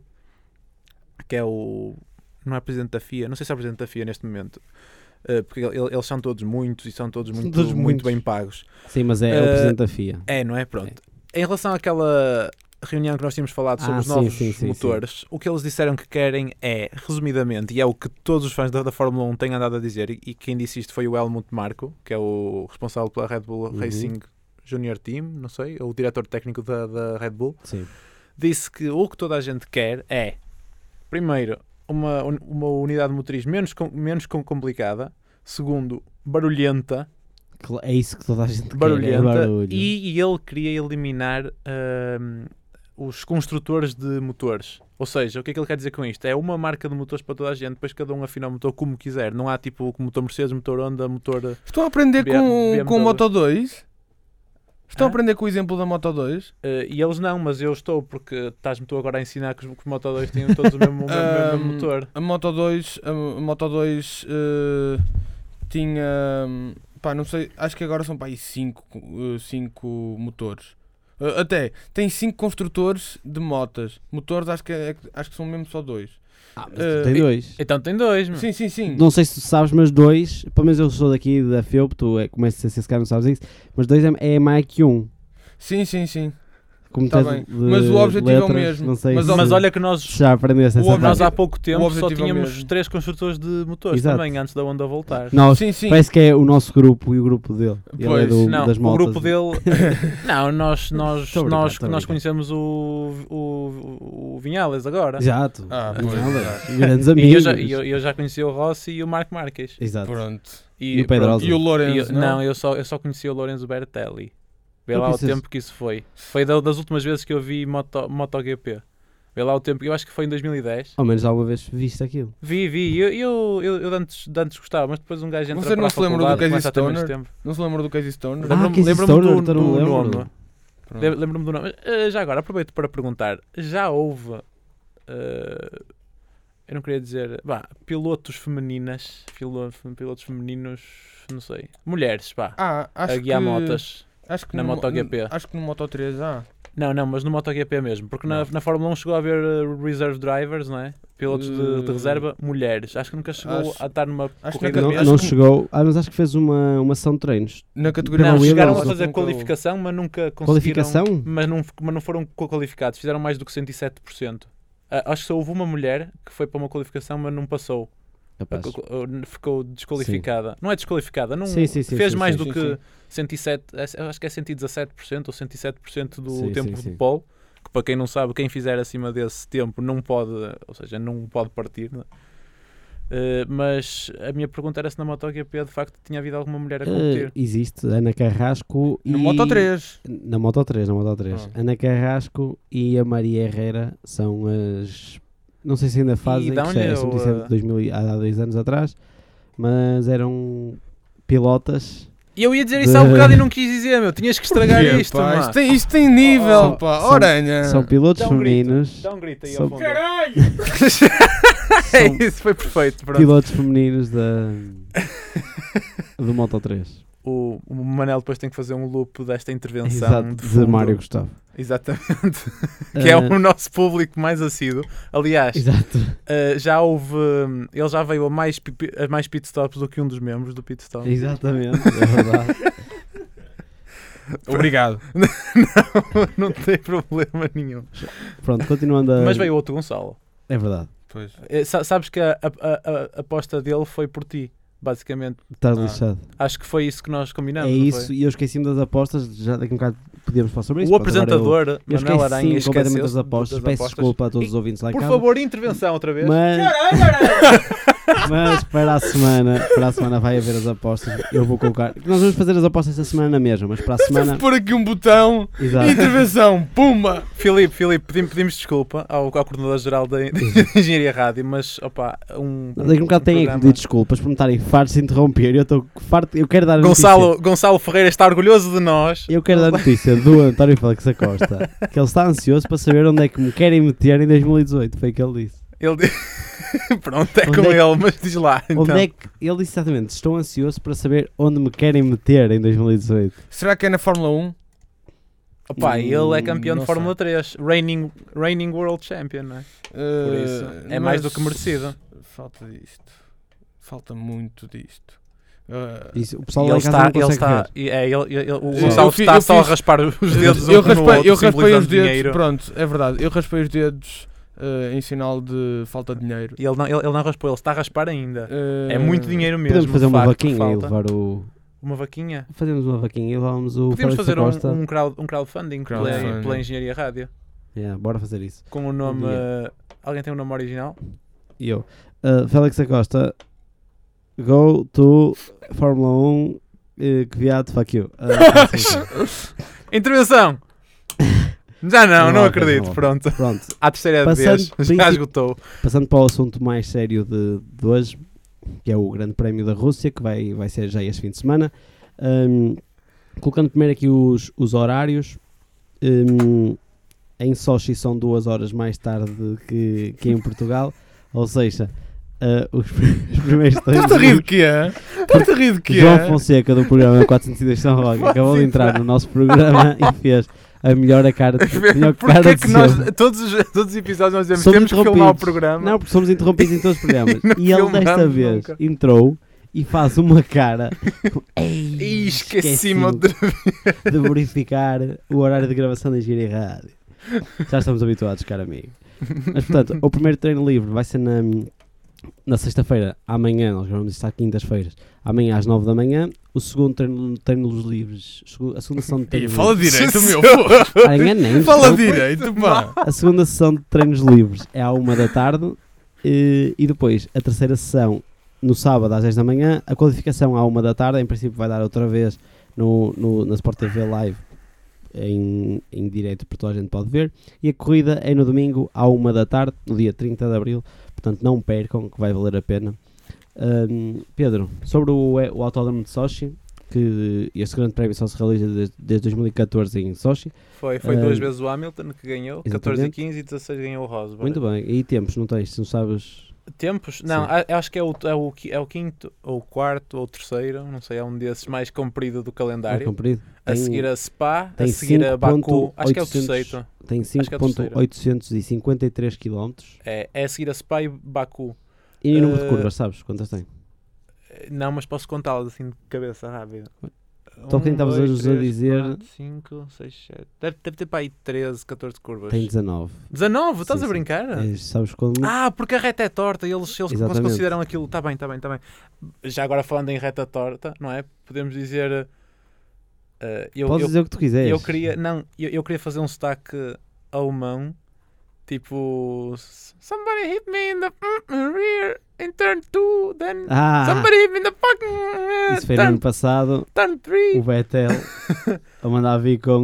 que é o... Não é presidente da F I A, não sei se é presidente da F I A neste momento. Uh, porque ele- eles são todos muitos e são todos São muito, todos muito muitos. bem pagos. Sim, mas é, é o Ah, presidente da F I A. É, não é? Pronto. Em relação àquela reunião que nós tínhamos falado sobre Ah, os sim, novos sim, sim, motores, o que eles disseram que querem é, resumidamente, e é o que todos os fãs da, da Fórmula um têm andado a dizer, e, e quem disse isto foi o Helmut Marko, que é o responsável pela Red Bull Uhum. Racing Junior Team, não sei, o diretor técnico da, da Red Bull, Sim. disse que o que toda a gente quer é, primeiro, uma, uma unidade motriz menos, menos complicada, segundo, barulhenta, É isso que toda a gente barulhenta quer, é barulho. e, e ele queria eliminar uh, os construtores de motores. Ou seja, o que é que ele quer dizer com isto? É uma marca de motores para toda a gente, depois cada um afina o motor como quiser. Não há tipo motor Mercedes, motor Honda, motor... Estão a aprender B- com, B M com o W. Moto dois? Estão Hã? a aprender com o exemplo da Moto dois? Uh, e eles não, mas eu estou, porque estás-me tu agora a ensinar que os, que os Moto dois têm todos o mesmo, o mesmo, o mesmo Ahm, motor. A Moto dois, a Moto dois eh, tinha, hum, pá, não sei, acho que agora são para aí cinco motores. Uh, até, tem cinco construtores de motas. Motores acho que, é, acho que são mesmo só dois. Ah, mas eh, tem dois. Então tem dois, meu. Sim, sim, sim. Não sei se tu sabes, mas dois, pelo menos eu sou daqui da F E U P, tu é, começas a ser esse cara, não sabes isso, mas dois é, é mais que um. Sim, sim, sim. Como Tá tens bem. de Mas o objetivo é o letras, mesmo. Não sei Mas se, o- Mas olha que nós, se já aprendeste o essa objetivo- nós parte. há pouco tempo só objetivo é o tínhamos mesmo. três construtores de motores Exato. também, antes da Honda voltar. Nós, Sim, sim. parece que é o nosso grupo e o grupo dele. Ele é Pois, do, Não, das o motas. grupo dele... não, nós, nós, Estou a brincar, nós, estou a nós brincar. conhecemos o, o, o Vinhales agora. Exato. Ah, Não, pois, não, exato. grandes E amigos. eu já, e eu, eu já conheci o Rossi e o Marco Marques. Exato. Pronto. E o Pedrosa. E o E Lourenço, eu- não? não, eu só, eu só conheci o Lourenço Bertelli. Vê Eu lá o conheço tempo que isso foi. Foi da- das últimas vezes que eu vi Moto, MotoGP. Vê lá o tempo, eu acho que foi em dois mil e dez. Ao menos alguma vez viste aquilo. Vi, vi, eu, eu, eu, eu de antes, de antes gostava, mas depois um gajo entra Você para não a se lembra do faculdade, Casey começa a ter menos Stoner? tempo. Não se lembra do Casey Stoner? Ah, Lembro-me Casey lembro-me Stoner, do, então não do lembro. nome. Pronto. Lem- Lembro-me do nome. Eh, já agora, aproveito para perguntar, já houve, eh, eu não queria dizer, bah, pilotos femininas, pilo- pilotos femininos, não sei, mulheres, pá, Ah, acho a guiar que... motas. Acho que na no, MotoGP. Acho que no Moto três há. Não, não, mas no MotoGP mesmo, porque na, Não. na Fórmula um chegou a haver uh, reserve drivers, não é? Pilotos de, de Uh, reserva, mulheres. Acho que nunca chegou acho- a estar numa acho que corrida nunca- Não, mesmo. não que- chegou. Ah, mas acho que fez uma, uma ação de treinos. Na categoria Não, Não, chegaram a Williams, fazer nunca houve. qualificação, mas nunca conseguiram... Qualificação? Mas não, mas não foram qualificados, fizeram mais do que cento e sete por cento. Ah, acho que só houve uma mulher que foi para uma qualificação, mas não passou. Rapaz. Ficou desqualificada. Não é desqualificada, não Sim, sim, sim, fez sim, mais sim, do sim, que sim. cento e sete, eu acho que é cento e dezassete por cento ou cento e sete por cento do Sim, tempo sim, de sim. pole, que para quem não sabe, quem fizer acima desse tempo não pode, ou seja, não pode partir. Não é? Uh, mas a minha pergunta era se na MotoGP de facto tinha havido alguma mulher a Eh, competir. existe Ana Carrasco e... No Moto três. Na Moto três, na Moto três. Ah. Ana Carrasco e a Maria Herrera são as... Não sei se ainda fazem, que dão-lhe já é, são o, disseram uh, dois mil e- há dois anos atrás, mas eram pilotas. E eu ia dizer isso há um de- bocado e não quis dizer, meu, tinhas que estragar Quê, isto, pá? mano. Isto tem, isto tem nível, Oh, pá. são- Oranha. São pilotos Dá um grito, femininos. Dá um grito aí São- ao fundo. Caralho! É São isso, foi perfeito. Pronto. pilotos femininos da... do Moto três. O, o Manel depois tem que fazer um loop desta intervenção Exato, de, de fundo. Mário Gustavo. Exatamente. que é Ah, o nosso público mais assíduo. Aliás, Exato. uh, já houve. um, Ele já veio a mais, pi- a mais pitstops do que um dos membros do pitstop. Exatamente, é verdade. Obrigado. não, não tem problema nenhum. Pronto, continuando a... Mas veio outro Gonçalo. É verdade. Pois. Eh, sa- Sabes que a, a- a- a aposta dele foi por ti, basicamente. Estás Ah. lixado. Acho que foi isso que nós combinamos. É não isso, foi? e eu esqueci-me das apostas, já daqui a um bocado podíamos falar sobre isso. O pronto, agora apresentador, Eu, eu Manuel Aranha, esqueci completamente esqueceu-se das apostas, das peço apostas. desculpa a todos E, os ouvintes lá em Por casa. favor, intervenção outra vez. Mas, mas para a semana, para a semana vai haver as apostas. Eu vou colocar. Nós vamos fazer as apostas esta semana mesmo, mas para a Temos semana. de pôr aqui um botão. Exato. Intervenção. Pumba. Filipe, Filipe, pedimos, pedimos desculpa ao, ao coordenador-geral da, da Engenharia Rádio, mas opa, um. Daqui a um bocado tenho que programa- pedir desculpas por me estarem fartos de interromper. Eu estou farto. Eu quero dar a Gonçalo, notícia. Gonçalo Ferreira está orgulhoso de nós. Eu quero dar a notícia do António Félix Acosta que ele está ansioso para saber onde é que me querem meter em dois mil e dezoito. Foi o que ele disse. Ele di- Pronto, é Onde com é que- ele, mas diz lá. Então. Onde é que ele disse exatamente? Estou ansioso para saber onde me querem meter em dois mil e dezoito. Será que é na Fórmula um? Opa, ele é Hum, campeão não de Fórmula três, reigning, reigning World Champion, não é? Por isso, é mais do que merecido. Falta disto. Falta muito disto. Uh, Isso, o pessoal E lá ele em casa está, não ele consegue está, ver. e é, ele, ele- o Eu Gonçalo fi- está eu só a fiz- raspar os dedos eu um no raspei, outro, eu raspei os simbolizando dedos. dinheiro. Pronto, é verdade. Eu raspei os dedos uh, em sinal de falta de dinheiro. E ele não, ele, ele não raspou, ele está a raspar ainda. Uh, É muito dinheiro mesmo. Podemos fazer de uma facto, que vaquinha e falta. levar o. Uma vaquinha? Fazemos uma vaquinha e levamos o Podemos Félix fazer um, Acosta. um, crowd, um crowdfunding, Crowdfunding. Pela, pela Engenharia Rádio. Yeah, bora fazer isso. Com o nome... Um dia. uh, alguém tem um nome original? E eu. Uh, Félix Acosta, go to Fórmula um, uh, que viado, fuck you. Uh, Intervenção! Já não, não, Não, acredito. não. Pronto. Pronto, À terceira Passando vez, já princip- esgotou. passando para o assunto mais sério de, de hoje, que é o Grande Prémio da Rússia, que vai, vai ser já este fim de semana. Um, colocando primeiro aqui os, os horários. Um, em Sochi são duas horas mais tarde que, que em Portugal, ou seja, uh, os, os primeiros treinos Estás a rir de quê? Estás a rir de quê? João Fonseca do programa quatrocentos e dois São Roque acabou de entrar no nosso programa e fez a melhor cara de, melhor Porquê cara é de que nós, sempre. todos os, todos os episódios nós dizemos Somos temos que filmar o interrompidos. programa? Não, porque somos interrompidos em todos os programas. Não E ele desta filmamos vez nunca. entrou e faz uma cara. Ei, Ih, esqueci-me outra de verificar o horário de gravação da Gira e Rádio. Já estamos habituados, caro amigo. Mas portanto, o primeiro treino livre vai ser na, na sexta-feira, amanhã, nós gravamos isto às quintas-feiras, amanhã às nove da manhã. O segundo treino, treino dos livres, a segunda sessão de Ih, treinos fala livres. direito, meu. porra. Ah, enganei-me, Fala desculpa. direito, pá. A segunda sessão de treinos livres é à uma da tarde e, e depois a terceira sessão no sábado às dez da manhã. A qualificação à uma da tarde, em princípio vai dar outra vez no, no, na Sport T V Live em, em direto, para toda a gente pode ver. E a corrida é no domingo à uma da tarde, no dia trinta de abril, portanto não percam, que vai valer a pena. Um, Pedro, sobre o, o Autódromo de Sochi, que este grande prémio só se realiza desde, desde dois mil e catorze em Sochi. Foi, foi Ah, duas vezes o Hamilton que ganhou, catorze e exatamente. quinze e dezasseis ganhou o Rosberg. Muito bem, e tempos, não tens, se não sabes... Tempos? Não, Sim. a- acho que é o, é, o, qui- é o quinto, ou o quarto, ou o terceiro, não sei, é um desses mais comprido do É calendário. comprido. A Tem- seguir a Spa, a tem seguir a Baku, cinco acho que é o oitocentos terceiro. Tem acho que é cinco o mil terceiro. oitocentos e cinquenta e três quilómetros É, é a seguir a Spa e Baku. e número de Eh, curvas, sabes quantas tem? Eh, Não, mas posso contá-las assim de cabeça rápida. Então, quem estavas hoje a dizer- cinco, seis, sete. Deve, deve ter para aí treze, catorze curvas. Tem dezanove. dezanove, estás Sim, a sim. brincar? É, sabes quando... Ah, porque a reta é torta e eles, eles Exatamente. consideram aquilo. Está bem, está bem, está bem. Já agora falando em reta torta, não é? Podemos dizer. eh, eu, Podes eu, dizer o que tu quiseres. eu queria. Não, eu, eu queria fazer um sotaque alemão. Tipo. Somebody hit me in the mm, rear in turn two, then Ah, somebody hit me in the fucking isso foi no turn, ano passado, turn three. o Vettel a mandar vir com...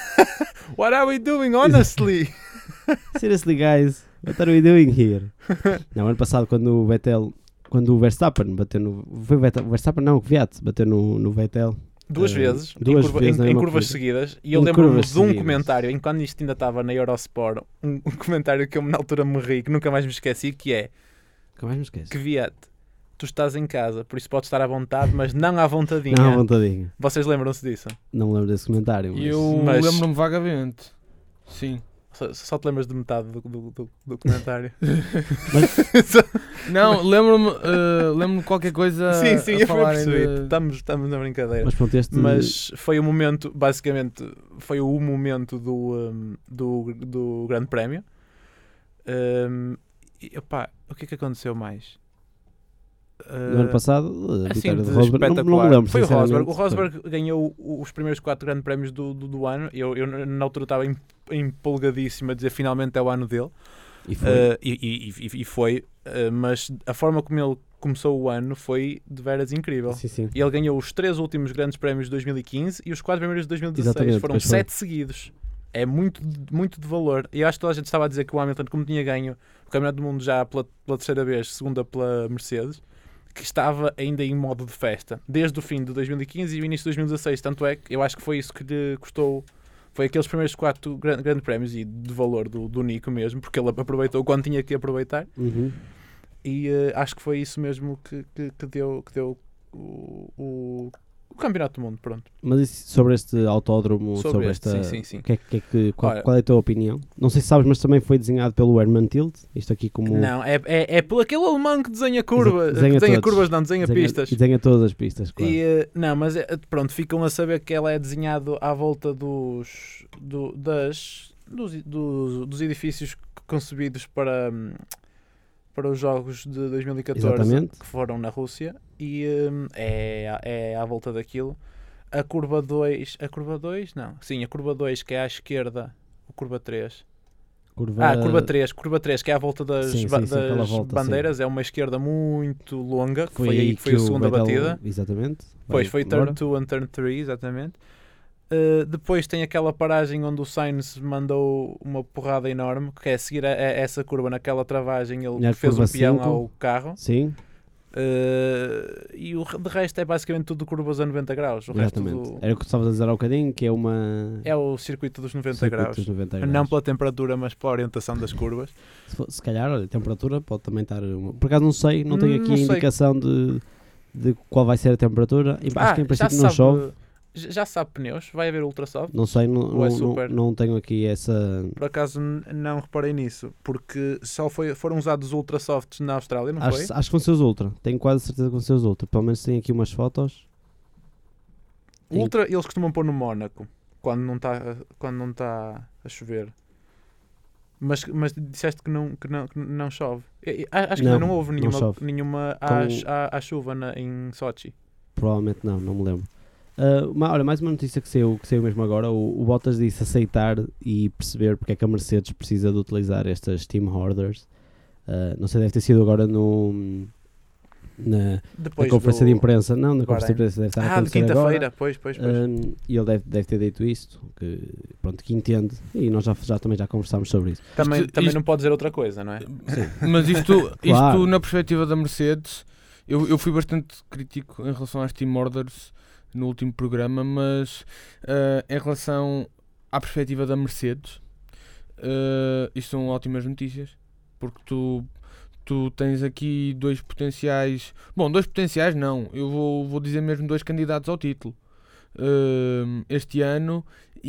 What are we doing, honestly? Seriously guys, what are we doing here? Não, ano passado quando o Vettel... Quando o Verstappen bateu no... Foi o Vettel, o Verstappen não, o Kvyat bateu no, no Vettel. Duas Eh, vezes, duas em, curva- vezes em- na em mesma curvas corrida. seguidas, e eu Em lembro-me curvas de um seguidas. comentário, enquanto isto ainda estava na Eurosport, um, um comentário que eu na altura me ri, que nunca mais me esqueci, que é: Nunca mais me esqueço. que Kvyat, tu estás em casa, por isso podes estar à vontade, mas não à vontadinha. Não, à vontadinha. Vocês lembram-se disso? Não me lembro desse comentário, mas... Eu Mas- lembro-me vagamente. Sim. Só, só te lembras de metade do, do, do, do comentário. Não, lembro-me uh, lembro-me de qualquer coisa sim, sim, a eu fui falarem perceber. de... Estamos, estamos na brincadeira. Mas pronto, este... Mas foi o momento, basicamente, foi o momento do, um, do, do Grande Prémio. Um, e, opá, o que é que aconteceu mais? No ano Uh, passado, a assim, vitória de do Rosberg, não, não me espetacular. lembro, Foi o Rosberg. O sinceramente. Rosberg ganhou o- os primeiros quatro Grandes Prémios do, do, do ano. Eu, eu, na altura, estava em- empolgadíssimo a dizer finalmente é o ano dele. E foi. Uh, e, e, e- e foi, uh, mas a forma como ele começou o ano foi de veras incrível. Sim, sim. E ele ganhou os três últimos grandes prémios de dois mil e quinze e os quatro primeiros de dois mil e dezasseis. Exatamente, Foram pois foi. sete seguidos. É muito, muito de valor. E eu acho que toda a gente estava a dizer que o Hamilton, como tinha ganho o Campeonato do Mundo já pela, pela terceira vez, segunda pela Mercedes, que estava ainda em modo de festa. Desde o fim de dois mil e quinze e o início de dois mil e dezasseis. Tanto é que eu acho que foi isso que lhe custou. Foi aqueles primeiros quatro gran- grandes prémios e de valor do, do Nico mesmo, porque ele aproveitou quando tinha que aproveitar. Uhum. E eh, acho que foi isso mesmo que, que, que deu, que deu o, o, o Campeonato do Mundo. Pronto. Mas isso, sobre este autódromo, sobre, Sobre este, esta... sim, sim, sim. Que é, que é que, qual, Olha- qual é a tua opinião? Não sei se sabes, mas também foi desenhado pelo Herman Tilde. Isto aqui como... Não, é, é, é por aquele alemão que desenha curvas. Desenha desenha todos. curvas, não, desenha, desenha, pistas. E desenha todas as pistas, claro. E, eh, não, mas eh, pronto, ficam a saber que ela é desenhado à volta dos, do, das, dos, dos, dos edifícios concebidos para, hum, para os Jogos de dois mil e catorze, Exatamente. que foram na Rússia, e hum, é, é à volta daquilo. A curva dois, a curva dois, não, sim, a curva dois que é à esquerda, a curva três, Curva... Ah, curva três, curva três, que é à volta das, Sim, ba- sim, sim, aquela das volta, bandeiras, sim. é uma esquerda muito longa, que foi, aí que foi a o segunda Vettel- batida. Exatamente. Pois, Vai foi embora. turn dois and turn três, exatamente. Uh, depois tem aquela paragem onde o Sainz mandou uma porrada enorme, que é seguir a, a essa curva naquela travagem, ele Na fez curva o peão cinco. ao carro. Sim, Uh, e o re- de resto é basicamente tudo curvas a noventa graus. O resto exatamente. do- Era o que tu estavas a dizer há um bocadinho, que é uma... é o circuito dos noventa circuito graus. dos noventa graus. Não pela temperatura, mas pela orientação das curvas. Se, for- se calhar, olha, a temperatura pode também estar... Uma... Por acaso não sei, não tenho Hum, aqui não a sei. indicação de, de qual vai ser a temperatura. E acho que em princípio não sabe, chove. Já já sabe pneus, vai haver ultrassoft. Não sei, não, Ou é não, super? não, não tenho aqui essa... Por acaso n- não reparei nisso, porque só foi, foram usados ultrasofts na Austrália, não foi? Acho, acho que vão ser os Ultra. Tenho quase certeza que vão ser os Ultra. Pelo menos tenho aqui umas fotos. Em- Ultra eles costumam pôr no Mónaco, quando não está quando não tá a chover. Mas, mas disseste que não, que não, que não chove. Eu- eu acho que Não, ainda não houve não nenhuma, chove. nenhuma Com- à, à, à chuva na, em Sochi. Provavelmente não, não me lembro. Uh, ma- olha, mais uma notícia que saiu, que saiu mesmo agora. O, o Bottas disse aceitar e perceber porque é que a Mercedes precisa de utilizar estas Team Orders. Uh, não sei, deve ter sido agora no, na, Depois na conferência do- de imprensa. Não, na conferência de Bahrein. imprensa deve estar a Ah, de acontecer quinta-feira, agora. pois, pois, pois. Um, e ele deve, deve ter dito isto, que, pronto, que entende. E nós já, já também já conversámos sobre isso. também isto- também isto- não pode dizer outra coisa, não é? Mas isto, isto Claro. na perspectiva da Mercedes, eu, eu fui bastante crítico em relação às Team Orders no último programa, mas eh, em relação à perspectiva da Mercedes, eh, isto são ótimas notícias, porque tu, tu tens aqui dois potenciais, bom, dois potenciais não, eu vou, vou dizer mesmo dois candidatos ao título eh, este ano,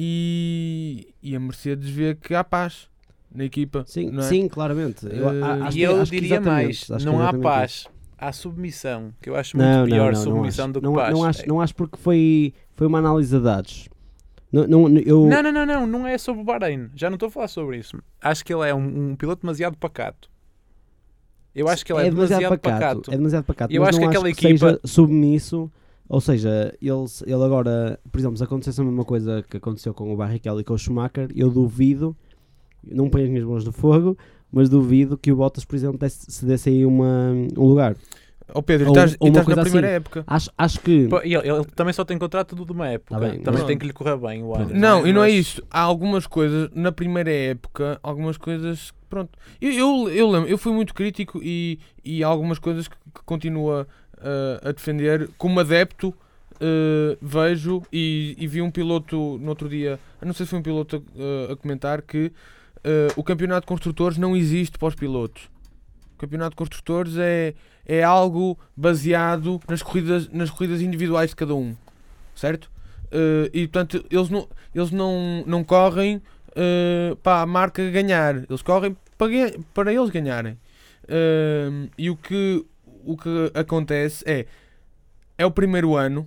e, e a Mercedes vê que há paz na equipa. Sim, não é? sim, claramente. Eu, a- Eh, acho E que- eu acho que diria exatamente, mais, acho que não há exatamente paz, isso. há submissão, que eu acho muito Não, pior não, não, submissão não do acho. que Não, paz. não acho, não acho porque foi, foi uma análise de dados. Não, não, eu, Não, não, não, não, não é sobre o Bahrein. Já não estou a falar sobre isso. Acho que ele é um, um piloto demasiado pacato. Eu acho que ele é, demasiado pacato. É demasiado pacato. Eu mas acho não que aquela que equipa- seja submisso. Ou seja, ele, ele agora, por exemplo, se acontecesse a mesma coisa que aconteceu com o Barrichello e com o Schumacher, eu duvido, não ponho as minhas mãos no fogo, mas duvido que o Bottas, por exemplo, desse, se desse aí uma, um lugar. Ó Pedro, Ou- estás, ou uma estás na coisa primeira assim. época. Acho, acho que... Pô, e Ele, ele também só tem contrato de uma época. Tá bem, também mas- tem que lhe correr bem o ano. Não, e não é Mas- isso. Há algumas coisas, na primeira época, algumas coisas, pronto. Eu, eu, eu lembro, eu fui muito crítico e, e há algumas coisas que, que continuo a, a defender. Como adepto, eh, vejo e, e vi um piloto no outro dia, eu não sei se foi um piloto a, a comentar que eh, o campeonato de construtores não existe para os pilotos. O campeonato de construtores é, é algo baseado nas corridas, nas corridas individuais de cada um, certo? Uh, e portanto eles não, eles não, não correm uh, para a marca ganhar, eles correm para, ganha- para eles ganharem. Uh, e o que, o que acontece é, é o primeiro ano,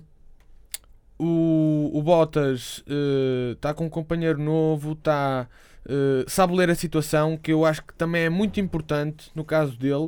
o, o Bottas está com um companheiro novo, está, uh, sabe ler a situação, que eu acho que também é muito importante no caso dele,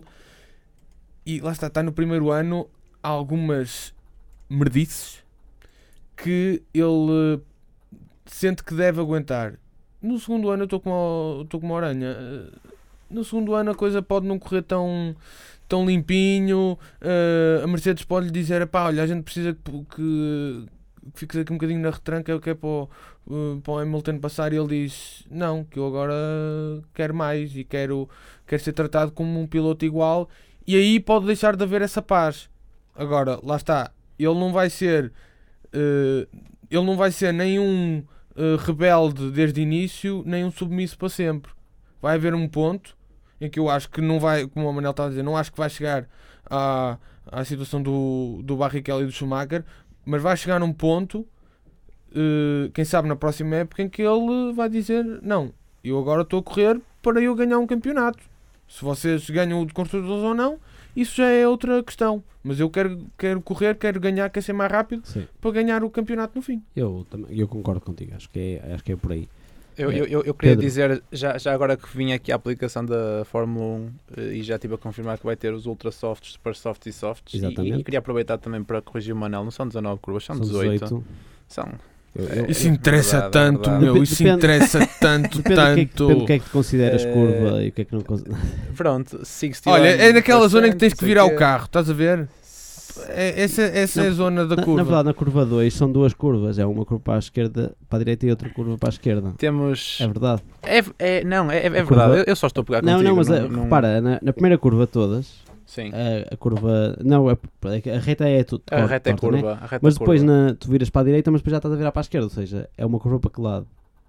e lá está, está no primeiro ano, há algumas merdices que ele uh, sente que deve aguentar. No segundo ano eu estou como, estou como uma aranha. Uh, no segundo ano a coisa pode não correr tão, tão limpinho. Uh, a Mercedes pode lhe dizer: pá, olha, a gente precisa que, que, que fiques aqui um bocadinho na retranca, que é para o, uh, para o Hamilton passar. E ele diz: não, que eu agora quero mais e quero, quero ser tratado como um piloto igual. E aí pode deixar de haver essa paz. Agora, lá está, ele não vai ser. Uh, ele não vai ser nem um uh, rebelde desde o início, nem um submisso para sempre. Vai haver um ponto em que eu acho que não vai, como o Manel está a dizer, não acho que vai chegar à, à situação do, do Barrichello e do Schumacher, mas vai chegar num ponto, uh, quem sabe na próxima época, em que ele vai dizer: não, eu agora estou a correr para eu ganhar um campeonato. Se vocês ganham o de construtores ou não, isso já é outra questão. Mas eu quero, quero correr, quero ganhar, quero ser mais rápido. Sim. Para ganhar o campeonato no fim. Eu, também, eu concordo contigo, acho que é, acho que é por aí. Eu, eu, eu, eu queria Pedro. dizer, já, já agora que vim aqui a aplicação da Fórmula um eh, e já estive a confirmar que vai ter os Ultra Softs, Super Softs e Softs. E, Exatamente. e queria aproveitar também para corrigir o Manel, não são dezanove curvas, são São dezoito. dezoito. São, Eu, eu, Isso É interessa verdade, é tanto, verdade. meu. Isso Depende- interessa tanto, depende, do que é que, tanto. depende do que é que consideras Eh, curva e o que é que não consideras. Pronto, sixty Olha, é naquela zona em que tens que sei virar o quê. carro, estás a ver? É, essa essa é a Na- zona da Na, curva. na verdade, na curva dois são duas curvas. É uma curva para a esquerda, para a direita e outra curva para a esquerda. Temos. É verdade. É, é- não, é, é verdade. curva- Eu, eu só estou a pegar Não, contigo. não, mas não, eh, não- repara, na, na primeira curva todas, Sim. a, a curva. Não, a, a reta é tudo. A reta é torta, né? curva. a reta Mas é depois curva. na, tu viras para a direita, mas depois já estás a virar para a esquerda. Ou seja, é uma curva para que lado?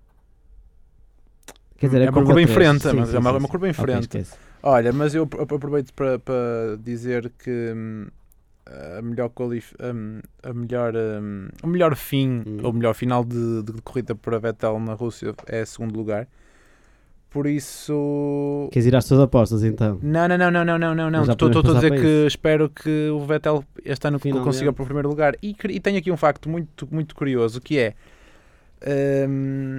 Quer dizer, é a uma curva curva em três. frente, Sim, mas sim, é uma, sim, uma sim. curva em Ok, frente. esquece. Olha, mas eu ap- aproveito para, para dizer que hum, a melhor qualif hum, a melhor hum, o melhor fim, Hum. ou melhor final de, de corrida para Vettel na Rússia é segundo lugar. Por isso, Queres ir às tuas apostas então? não, não, não, não, não, não, não, não. Mas já Estou podemos estou a dizer passar que para isso. espero que o Vettel este ano Finalmente. consiga para o primeiro lugar. E, cre- e tenho aqui um facto muito, muito curioso que é hum,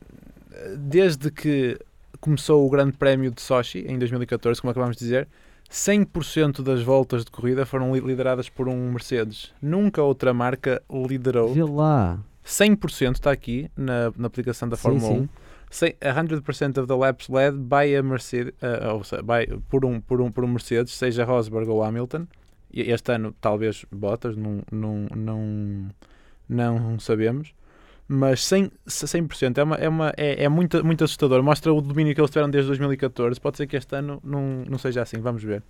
desde que começou o Grande Prémio de Sochi em dois mil e catorze, como acabámos de dizer, cem por cento das voltas de corrida foram li- lideradas por um Mercedes. Nunca outra marca liderou. Vê lá. cem por cento está aqui na, na aplicação da Sim, Fórmula sim. um. cem por cento of the laps led by a Mercedes, uh, ou seja, by, por, um, por, um, por um Mercedes, seja Rosberg ou Hamilton. E este ano talvez Bottas, não, não, não, não sabemos. Mas cem, cem por cento é, uma, é, uma, é, é muito, muito assustador. Mostra o domínio que eles tiveram desde dois mil e catorze. Pode ser que este ano não, não seja assim. Vamos ver.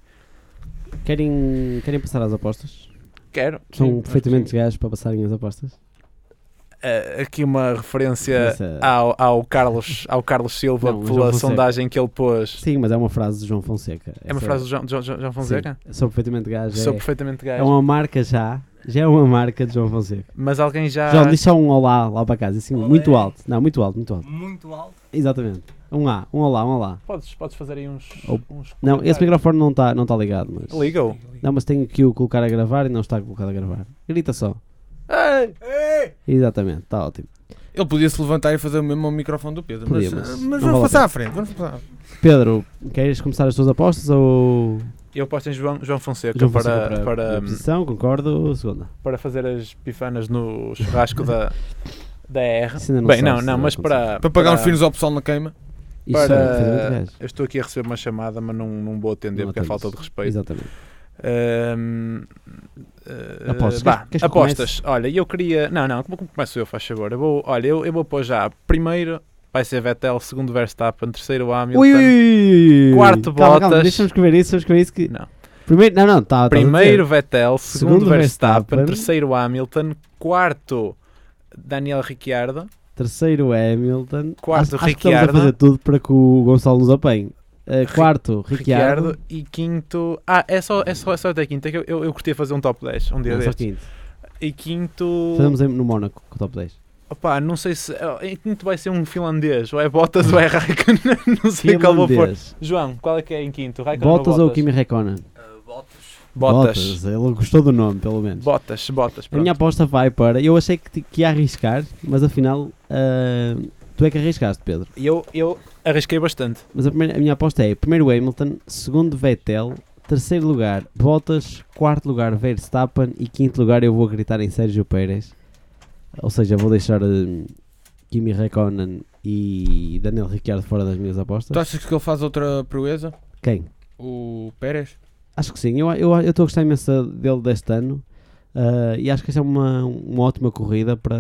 Querem, querem passar às apostas? Quero. São Sim, perfeitamente acho que gajos para passarem as apostas. sim. Uh, aqui uma referência Essa- ao, ao, Carlos, ao Carlos Silva Não, o pela João Fonseca. sondagem que ele pôs. Sim, mas é uma frase de João Fonseca. É uma Essa- frase do João, João, João Fonseca? Sim, sou perfeitamente gajo. Sou É, perfeitamente gajo. é uma marca já. Já é uma marca de João Fonseca. Mas alguém já. João, diz só um olá lá para casa. Assim, Olé. muito alto. Não, muito alto, muito alto. Muito alto. Exatamente. Um A, um olá, um olá. Podes, podes fazer aí uns. Ou- uns Não, esse comentários. microfone não está não tá ligado. Mas... Liga-o. Não, mas tenho que o colocar a gravar e não está colocado a gravar. Grita só. Ei! Ei! Exatamente, está ótimo. Ele podia se levantar e fazer o mesmo ao microfone do Pedro. Podia, mas mas mas não vamos vale a passar pena. à frente. Vamos passar. Pedro, queres começar as tuas apostas ou. Eu aposto em João, João Fonseca, João para, Fonseca para, para, para, a posição, concordo. Segunda. para fazer as pifanas no churrasco da, da R. Isso ainda não Bem, sabe não, se não, vai mas acontecer. para. Para pagar uns finos ao pessoal na queima. Isso é perfeitamente Para. gajo. Eu estou aqui a receber uma chamada, mas não, não vou atender Não porque é atendes. falta de respeito. Exatamente. Ahm, eh, Apostas. vá, Queres- queres que apostas. Olha, eu queria. Não, não, como começo eu, faz favor. Eu vou, olha, eu, eu vou pôr já. Primeiro vai ser Vettel, segundo Verstappen, terceiro Hamilton. Ui, ui, ui. Quarto, calma, calma, Bottas. deixa-me escrever isso, deixa-me escrever isso que. Não. Primeiro, não, não, tá, tá Primeiro Vettel, segundo, Segundo Verstappen, Verstappen. terceiro Hamilton, quarto Daniel Ricciardo, terceiro Hamilton, Quarto, acho, acho que estamos a Ricciardo. fazer tudo para que o Gonçalo nos apanhe. Uh, quarto, Ricciardo. Ricciardo e quinto. Ah, é só, é só, é só até quinto. É que eu, eu, eu curtia fazer um top dez um dia Não, só destes. quinto. E quinto. Fazemos em- no Mónaco com o top dez. Opá, não sei se. Em quinto vai ser um finlandês, ou é Bottas ou é Raikkonen, não sei qual vou pôr. Finlandês. João, qual é que é em quinto? Raikkonen Bottas ou ou Kimi Räikkönen? Uh, Bottas. Bottas. Ele gostou do nome, pelo menos. Bottas, Bottas. A Pronto. minha aposta vai para. Eu achei que, ti- que ia arriscar, mas afinal. uh, tu é que arriscaste, Pedro. Eu, eu arrisquei bastante. Mas a, primeira- a minha aposta é: primeiro Hamilton, segundo Vettel, terceiro lugar Bottas, quarto lugar Verstappen e quinto lugar eu vou gritar em Sérgio Pérez. Ou seja, vou deixar uh, Kimi Räikkönen e Daniel Ricciardo fora das minhas apostas. Tu achas que ele faz outra proeza? Quem? O Pérez? Acho que sim. Eu eu eu estou a gostar imenso dele deste ano uh, e acho que esta é uma, uma ótima corrida para,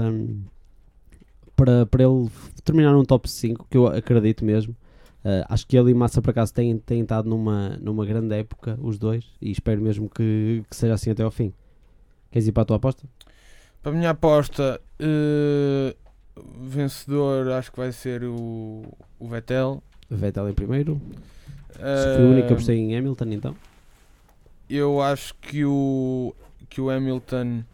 para, para ele terminar num top cinco, que eu acredito mesmo. Uh, acho que ele e Massa, por acaso, têm, têm estado numa, numa grande época, os dois, e espero mesmo que, que seja assim até ao fim. Queres ir para a tua aposta? Para a minha aposta, eh, vencedor acho que vai ser o, o Vettel. Vettel em primeiro. Eh, Foi o único que apostei em Hamilton, então. Eu acho que o, que o Hamilton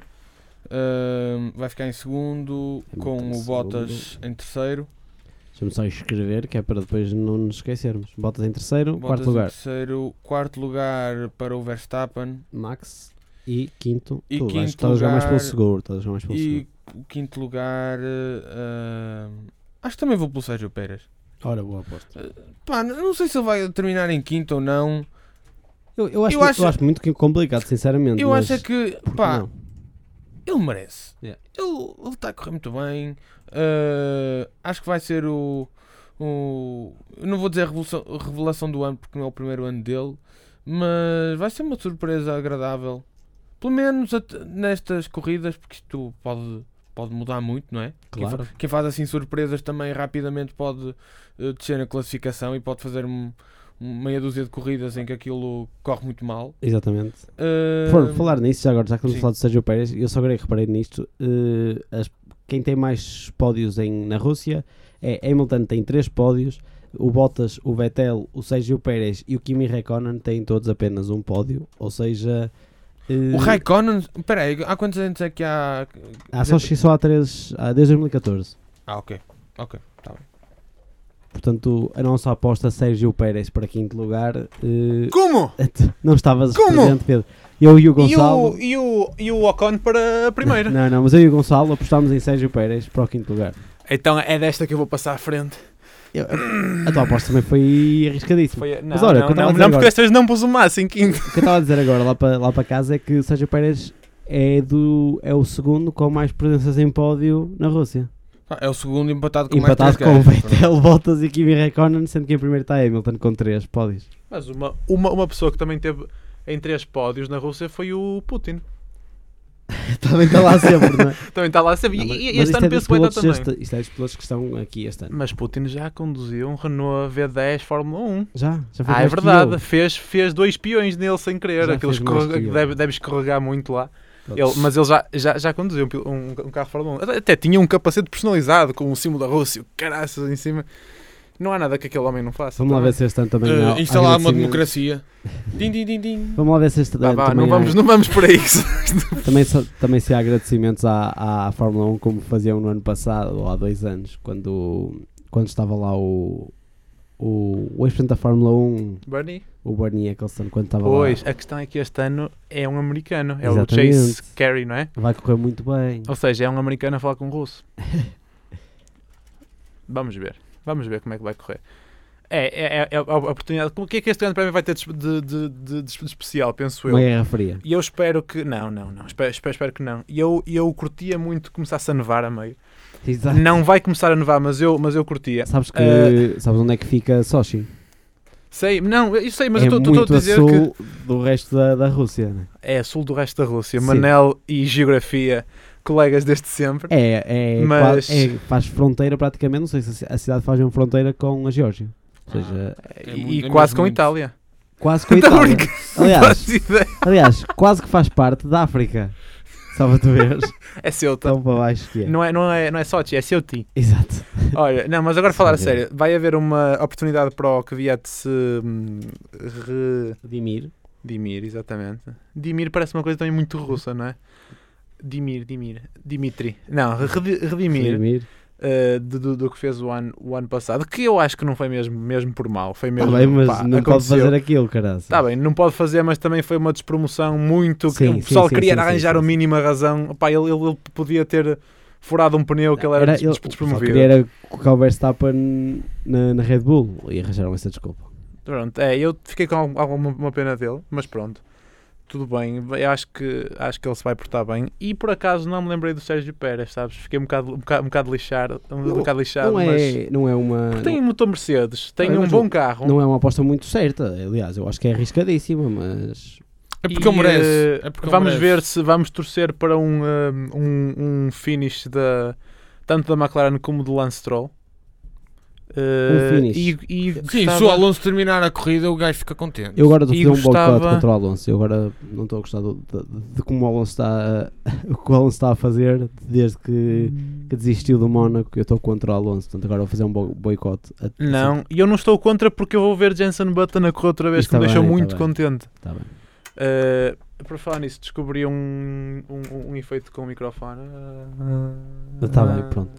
eh, vai ficar em segundo, Hamilton com em o segundo. Bottas em terceiro. Deixa-me só escrever, que é para depois não nos esquecermos. Bottas em terceiro, Bottas quarto em lugar terceiro, quarto lugar para o Verstappen. Max e quinto. E tu quinto vais, estás a jogar mais pelo lugar- seguro. Estás a jogar mais pelo seguro. E o quinto lugar, eh, eh, acho que também vou pelo Sérgio Pérez. Ora, boa aposta. Pá, n- não sei se ele vai terminar em quinto ou não. Eu, eu, acho, Eu muito- acho- eu acho muito complicado, sinceramente. Eu mas acho é que, por que pá, não? ele merece. Yeah. Ele está a correr muito bem. Uh, acho que vai ser o, o. Eu não vou dizer a revelação, a revelação do ano porque não é o primeiro ano dele, mas vai ser uma surpresa agradável. Pelo menos nestas corridas, porque isto pode, pode mudar muito, não é? Claro. Quem, quem faz assim surpresas também rapidamente pode uh, descer na classificação e pode fazer um, um meia dúzia de corridas em que aquilo corre muito mal. Exatamente. Uh, Por falar nisso, já agora, já que estamos a sim. falar do Sérgio Pérez, eu só agora reparei nisto. Uh, as, quem tem mais pódios em, na Rússia é Hamilton, tem três pódios. O Bottas, o Vettel, o Sérgio Pérez e o Kimi Räikkönen têm todos apenas um pódio. Ou seja... O Raikkonen, espera aí, há quantos anos é que há? Há só, só há três, há desde dois mil e catorze. Ah, ok, ok, está bem. Portanto, a nossa aposta Sérgio Pérez para quinto lugar. Uh, Como? não estavas Como? presente, Pedro. Eu e o Gonçalo. E o, e o, e o Ocon para a primeira. Não, não, mas eu e o Gonçalo apostámos em Sérgio Pérez para o quinto lugar. Então é desta que eu vou passar à frente. Eu, a tua aposta também foi arriscadíssima. Foi, não, Mas olha, não, o que eu estava não, a dizer não agora- porque esta vez não pus o Massa em quinto. O que eu estava a dizer agora lá para, lá para casa é que o Sérgio Pérez é, do, é o segundo com mais presenças em pódio na Rússia. Ah, é o segundo empatado com Empatado mais com três Vettel, Bottas e Kimi Räikkönen, sendo que em primeiro está Hamilton com três pódios. Mas uma, uma, uma pessoa que também teve em três pódios na Rússia foi o Putin. Também está lá sempre, não é? Também está lá sempre. Não, E, mas- e mas este isto ano é dos penso que vai estar pilotos também. este- Isto é dos pilotos que estão aqui este ano. Mas Putin já conduziu um Renault V dez Fórmula um. Já? Já foi Ah, é mais que verdade. eu. Fez, fez dois peões nele sem querer. Já Aqueles fez mais escorrega- que eu. deve, deve escorregar muito lá. Pronto. Ele, mas ele já, já, já conduziu um, pil- um, um carro Fórmula um. Até, até tinha um capacete personalizado com o símbolo da Rússia. Caraças em cima. Não há nada que aquele homem não faça. Vamos lá também. ver se este ano também Uh, há instalar uma agradecimento. democracia. Din, din, din, din. Vamos lá ver se este Vá, ano vá, também, não, vamos, há, não vamos por aí. que se- também, só- também se há agradecimentos à, à Fórmula um como faziam no ano passado ou há dois anos, quando, quando estava lá o, o, o ex-presidente da Fórmula um, Bernie? o Bernie Eccleston, quando estava Pois, lá. a questão é que este ano é um americano. É Exatamente. o Chase Carey, não é? Vai correr muito bem. Ou seja, é um americano a falar com um russo. Vamos ver. Vamos ver como é que vai correr. É, é, é, é a oportunidade. O que é que este grande prémio vai ter de, de, de, de, de especial, penso eu? Uma guerra fria. E eu espero que... Não, não, não. Espero, espero, espero que não. E eu, eu curtia muito que começasse a nevar a meio. Exato. Não vai começar a nevar, mas eu, mas eu curtia. Sabes, que, Uh, sabes onde é que fica Sochi? Sei, não, eu sei, mas é eu estou muito a dizer a que... sul do resto da, da Rússia. Né? É sul do resto da Rússia. Sim. Manel e Geografia, colegas desde sempre. É, é, Mas- quase- é- faz fronteira praticamente, não sei se a cidade faz uma fronteira com a Geórgia. Ou seja, É e muito- é quase mesmo com a muito. Itália. quase com a Tô Itália. brincando, não Aliás, faço ideia. aliás, quase que faz parte da África. Só para tu veres. É Ceuta. Tão para baixo que é. Não é, não é, não é Sochi, é Ceuti. Exato. Olha, não, mas agora falar a Sim. sério. Vai haver uma oportunidade para o Kvyat se hum, Dimir. redimir, exatamente. Dimir parece uma coisa também muito russa, não é? Dimir, Dimir, Dimitri. Não, redi- redimir Dimir. uh, do, do, do que fez o ano, o ano passado, que eu acho que não foi mesmo, mesmo por mal. Foi Está mesmo, bem, mas pá, não pode aconteceu. fazer aquilo, caralho. Está bem, não pode fazer, mas também foi uma despromoção muito... Sim, o sim, pessoal sim, queria sim, arranjar sim, a sim. mínima razão. Pá, ele, ele, ele podia ter furado um pneu que ele era, des- ele des- só despromovido. queria era colocar o Verstappen na, na Red Bull e arranjaram essa desculpa. Pronto, é, eu fiquei com algum- alguma uma pena dele, mas pronto. Tudo bem, eu acho que, acho que ele se vai portar bem. E por acaso não me lembrei do Sérgio Pérez, sabes? Fiquei um bocado, um bocado, um bocado lixado, um Não- bocado lixado, Não mas... é, não é uma... Porque tem um motor Mercedes, tem Não, um mas bom não- carro. Não é uma aposta muito certa, aliás, eu acho que é arriscadíssima, mas É porque E, ele merece. eh, É porque ele vamos merece. ver se vamos torcer para um, um, um, um finish da, tanto da McLaren como do Lance Stroll. Eh, Um finish. E, e Sim, gostava- se o Alonso terminar a corrida, o gajo fica contente. eu agora estou a E fazer um boicote gostava- contra o Alonso. Eu agora não estou a gostar do- de, de- de como o Alonso está a, o que o Alonso está a fazer desde que, que desistiu do Mónaco. Eu estou contra o Alonso, portanto agora vou fazer um bo- boicote. A- Não, e eu não estou contra porque eu vou ver Jenson Button a correr outra vez, Isso que me tá deixou bem, tá muito bem. contente. Tá bem. Eh, por falar nisso, descobri um, um, um efeito com o microfone. Está bem, pronto.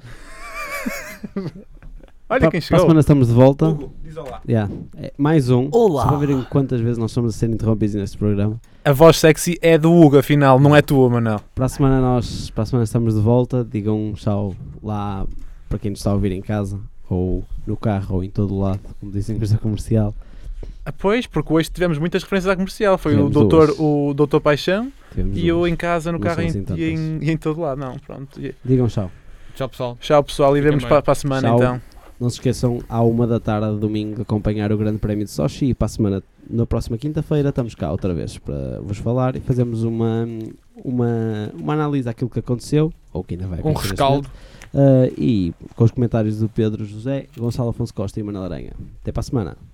Olha Pa- quem Para a chegou. semana estamos de volta. Hugo, diz olá. Yeah. É, mais um. Olá. Só para verem quantas vezes nós estamos a ser interrompidos neste programa. A voz sexy é do Hugo, afinal, não é tua, Manel. Para a semana nós para a semana estamos de volta. Digam um tchau lá para quem nos está a ouvir em casa, ou no carro, ou em todo o lado, como dizem os da comercial. Ah, pois, porque hoje tivemos muitas referências à comercial. Foi Tivemos o doutor, duas. o doutor Paixão Tivemos e eu duas. em casa, no Não carro são e, assim em, tantas. e, em, e em todo lado. Não, pronto. E- Digam tchau. Tchau, pessoal. Tchau, pessoal, e vemos bem. para, para a semana Tchau. então. Não se esqueçam, à uma da tarde, domingo, acompanhar o Grande Prémio de Sochi e para a semana, na próxima quinta-feira, estamos cá outra vez para vos falar e fazemos uma, uma, uma análise daquilo que aconteceu, ou que ainda vai Um acontecer. neste rescaldo. momento. Uh, e com os comentários do Pedro José, Gonçalo Afonso Costa e Manuel Aranha. Até para a semana.